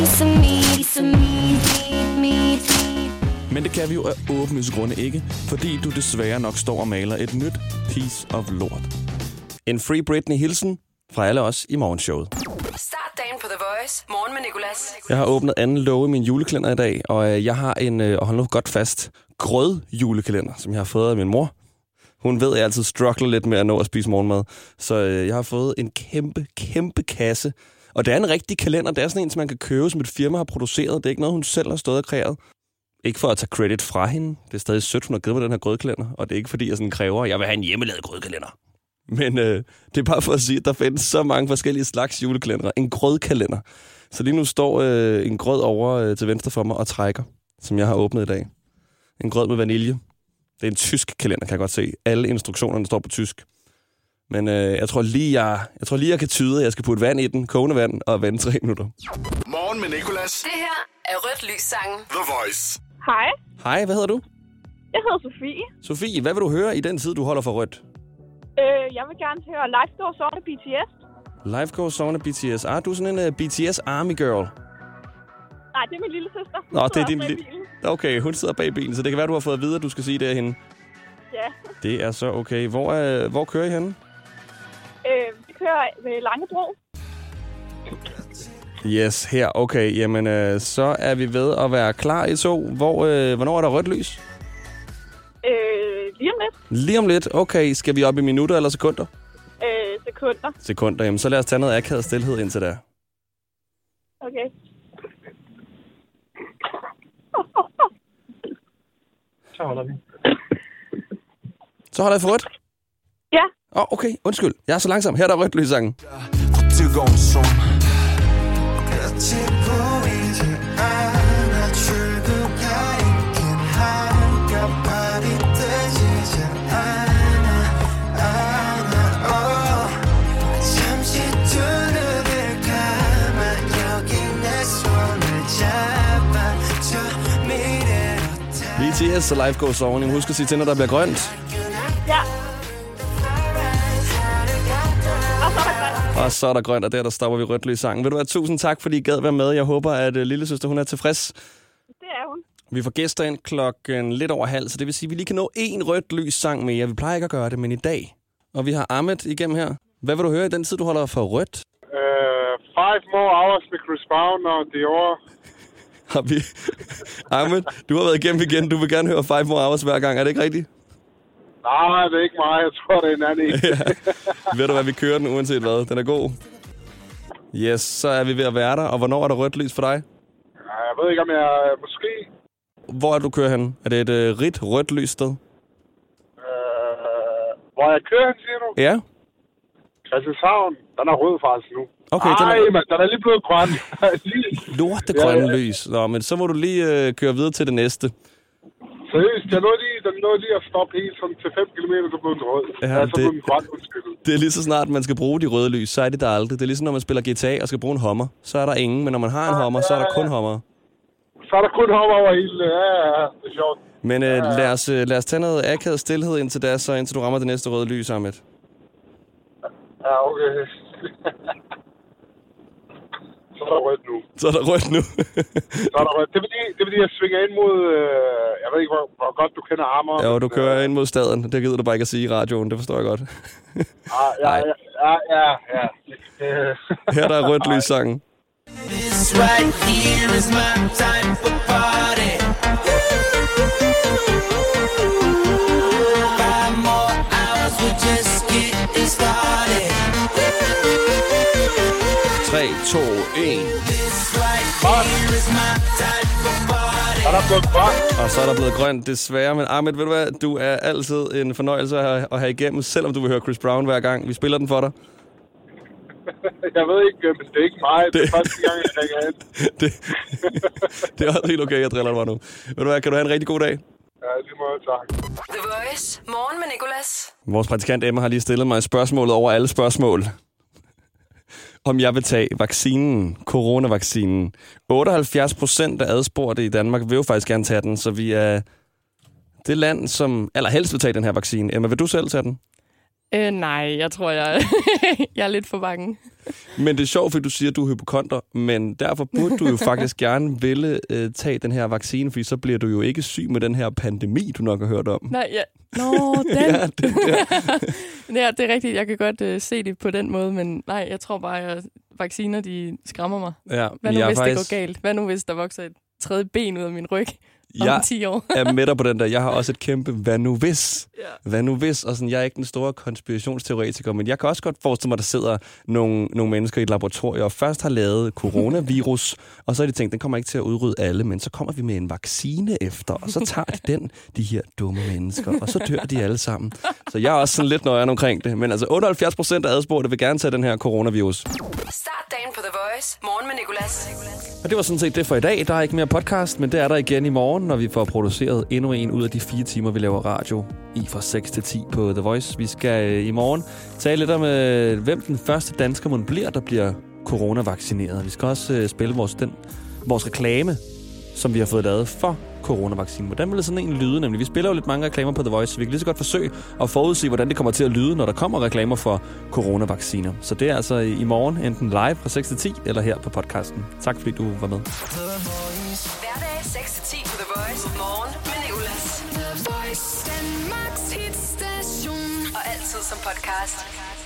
Men det kan vi jo af åbenlyse grunde ikke, fordi du desværre nok står og maler et nyt piece of lort. En Free Britney-hilsen fra alle os i morgenshowet. Start dagen på The Voice. Morgen med Nicolas. Jeg har åbnet anden låge i min julekalender i dag, og jeg har en, og hold nu godt fast, grød julekalender, som jeg har fået af min mor. Hun ved, at jeg altid struggler lidt med at nå at spise morgenmad. Så jeg har fået en kæmpe kasse. Og det er en rigtig kalender. Det er sådan en, som man kan købe, som et firma har produceret. Det er ikke noget, hun selv har stået og kreeret. Ikke for at tage credit fra hende. Det er stadig sødt, hun har givet mig den her grødkalender. Og det er ikke, fordi jeg sådan kræver, at jeg vil have en hjemmelavet grødkalender. Men det er bare for at sige, at der findes så mange forskellige slags julekalendere. En grødkalender. Så lige nu står en grød over til venstre for mig og trækker, som jeg har åbnet i dag. En grød med vanilje. Det er en tysk kalender, kan jeg godt se. Alle instruktionerne står på tysk. Men jeg tror lige, jeg kan tyde, at jeg skal putte vand i den, kogende vand, og vente 3 minutter. Morgen med Nicolas. Det her er Rødt Lys-sangen. The Voice. Hej, Hej, hvad hedder du? jeg hedder Sofie. Sofie, hvad vil du høre i den tid, du holder for rødt? Jeg vil gerne høre Life Goes On af BTS. Life Goes On af BTS. Du er sådan en BTS Army Girl. Nej, det er min lille søster. Nå, det er din lille... Okay, hun sidder bag bilen, så det kan være, du har fået at vide, at du skal sige det af hende. Ja. Det er så okay. Hvor kører I henne? Vi kører ved Langebro. Yes, her. Okay, jamen så er vi ved at være klar i to. Hvornår er der rødt lys? Lige om lidt. Lige om lidt. Okay, skal vi op i minutter eller sekunder? Sekunder. Sekunder, jamen så lad os tage noget akavet stilhed indtil da. Okay. Så holder vi. Så holder jeg for rødt? Ja. Okay, undskyld. Jeg er så langsom. Her er der rødt lyssangen. BTS og Life Goes On. Husk at sige til, når der bliver grønt. Ja. Og så er der grønt, og der stopper vi rødt lys sangen. Vil du have tusind tak, fordi I gad være med. Jeg håber, at lillesøster hun er tilfreds. Det er hun. Vi får gæster ind klokken lidt over halv, så det vil sige, at vi lige kan nå en rødt lys sang mere. Vi plejer ikke at gøre det, men i dag. Og vi har Ahmed igennem her. Hvad vil du høre i den tid, du holder for rødt? 5 more hours med Chris Brown og Dior. Har vi... Ahmed, du har været igennem igen. Du vil gerne høre 5 more hours hver gang. Er det ikke rigtigt? Nej, det er ikke mig. Jeg tror, det er en anden. Ja. Ved du hvad, vi kører den uanset hvad. Den er god. Yes, så er vi ved at være der. Og hvornår er der rødt lys for dig? Jeg ved ikke, om jeg måske... Hvor er du kører hen? Er det et rigt rødt lys sted? Hvor jeg kører hen, siger du? Ja. Christianshavn, den er rød faktisk nu. Okay, den er lige blevet grøn. Lortegrønne lys. Nå, men så må du lige køre videre til det næste. Seriøst, den nåede lige at stoppe helt sådan til 5 km, så blev den rød. Ja, så blev den grøn, undskyld. Det er lige så snart, man skal bruge de røde lys, så er det der aldrig. Det er ligesom, når man spiller GTA og skal bruge en hummer. Så er der ingen, men når man har en hummer, så er der kun hummer. Så er der kun hummer over hele. Ja, det er sjovt. Men lad os tage noget akavet stillhed indtil da, så indtil du rammer det næste røde lys, Ahmed. Ja, okay. Så er der rødt nu. Så er der rødt nu. Så er der rødt. Det er fordi, jeg svinger ind mod... jeg ved ikke, hvor godt du kender Amager. Ja, du kører ind mod staden. Det gider du bare ikke at sige i radioen. Det forstår jeg godt. Ja. Her der er rødt lys sangen. This right here is my type of party. 5 more hours, we're just getting started. 3, 2, 1. Og så er der blevet grønt, desværre. Men Ahmed, ved du hvad? Du er altid en fornøjelse at have igennem, selvom du vil høre Chris Brown hver gang. Vi spiller den for dig. Jeg ved ikke, men det er ikke mig. Det er første gang, jeg ringer ind. Det er også helt okay, jeg driller dig nu. Ved du hvad? Kan du have en rigtig god dag? Ja, lige måde, tak. The Voice. Morgen med Nicolas. Vores praktikant Emma har lige stillet mig spørgsmålet over alle spørgsmål. Om jeg vil tage vaccinen, coronavaccinen. 78% af adspurgte i Danmark vil jo faktisk gerne tage den, så vi er det land, som allerhelst vil tage den her vaccine. Emma, vil du selv tage den? Nej, jeg tror, jeg er lidt for bange. Men det er sjovt, fordi du siger, at du er hypokonder, men derfor burde du jo faktisk gerne ville tage den her vaccine, fordi så bliver du jo ikke syg med den her pandemi, du nok har hørt om. Nej, ja. Nå, den. Ja, det ja, det er rigtigt. Jeg kan godt se det på den måde, men nej, jeg tror bare, at vacciner, de skræmmer mig. Ja, hvad nu, hvis det går galt? Hvad nu, hvis der vokser et tredje ben ud af min ryg? Om 10 år. Jeg er med dig på den der. Jeg har også et kæmpe hvad nu hvis. Ja. Hvad nu hvis? Og sådan, jeg er ikke den store konspirationsteoretiker, men jeg kan også godt forestille mig, at der sidder nogle mennesker i et laboratorium og først har lavet coronavirus, og så har de tænkt, den kommer ikke til at udrydde alle, men så kommer vi med en vaccine efter, og så tager de de her dumme mennesker, og så dør de alle sammen. Så jeg er også sådan lidt nøjeren omkring det. Men altså 78% af adspurgte vil gerne tage den her coronavirus. Start dagen på The Voice. Morgen med Nicolas. Og det var sådan set det for i dag. Der er ikke mere podcast, men det er der igen i morgen, når vi får produceret endnu en ud af de 4 timer, vi laver radio i fra 6 til 10 på The Voice. Vi skal i morgen tale lidt om, hvem den første dansker mon bliver, der bliver coronavaccineret. Vi skal også spille vores reklame, som vi har fået lavet for coronavaccinen. Hvordan vil sådan en lyde? Nemlig, vi spiller jo lidt mange reklamer på The Voice, så vi kan lige så godt forsøge at forudse, hvordan det kommer til at lyde, når der kommer reklamer for coronavacciner. Så det er altså i morgen, enten live fra 6 til 10, eller her på podcasten. Tak fordi du var med. Hverdag 6 til 10 på The Voice. Morgen med Nicolas. The Voice. Danmarks hitstation. Og altid som podcast.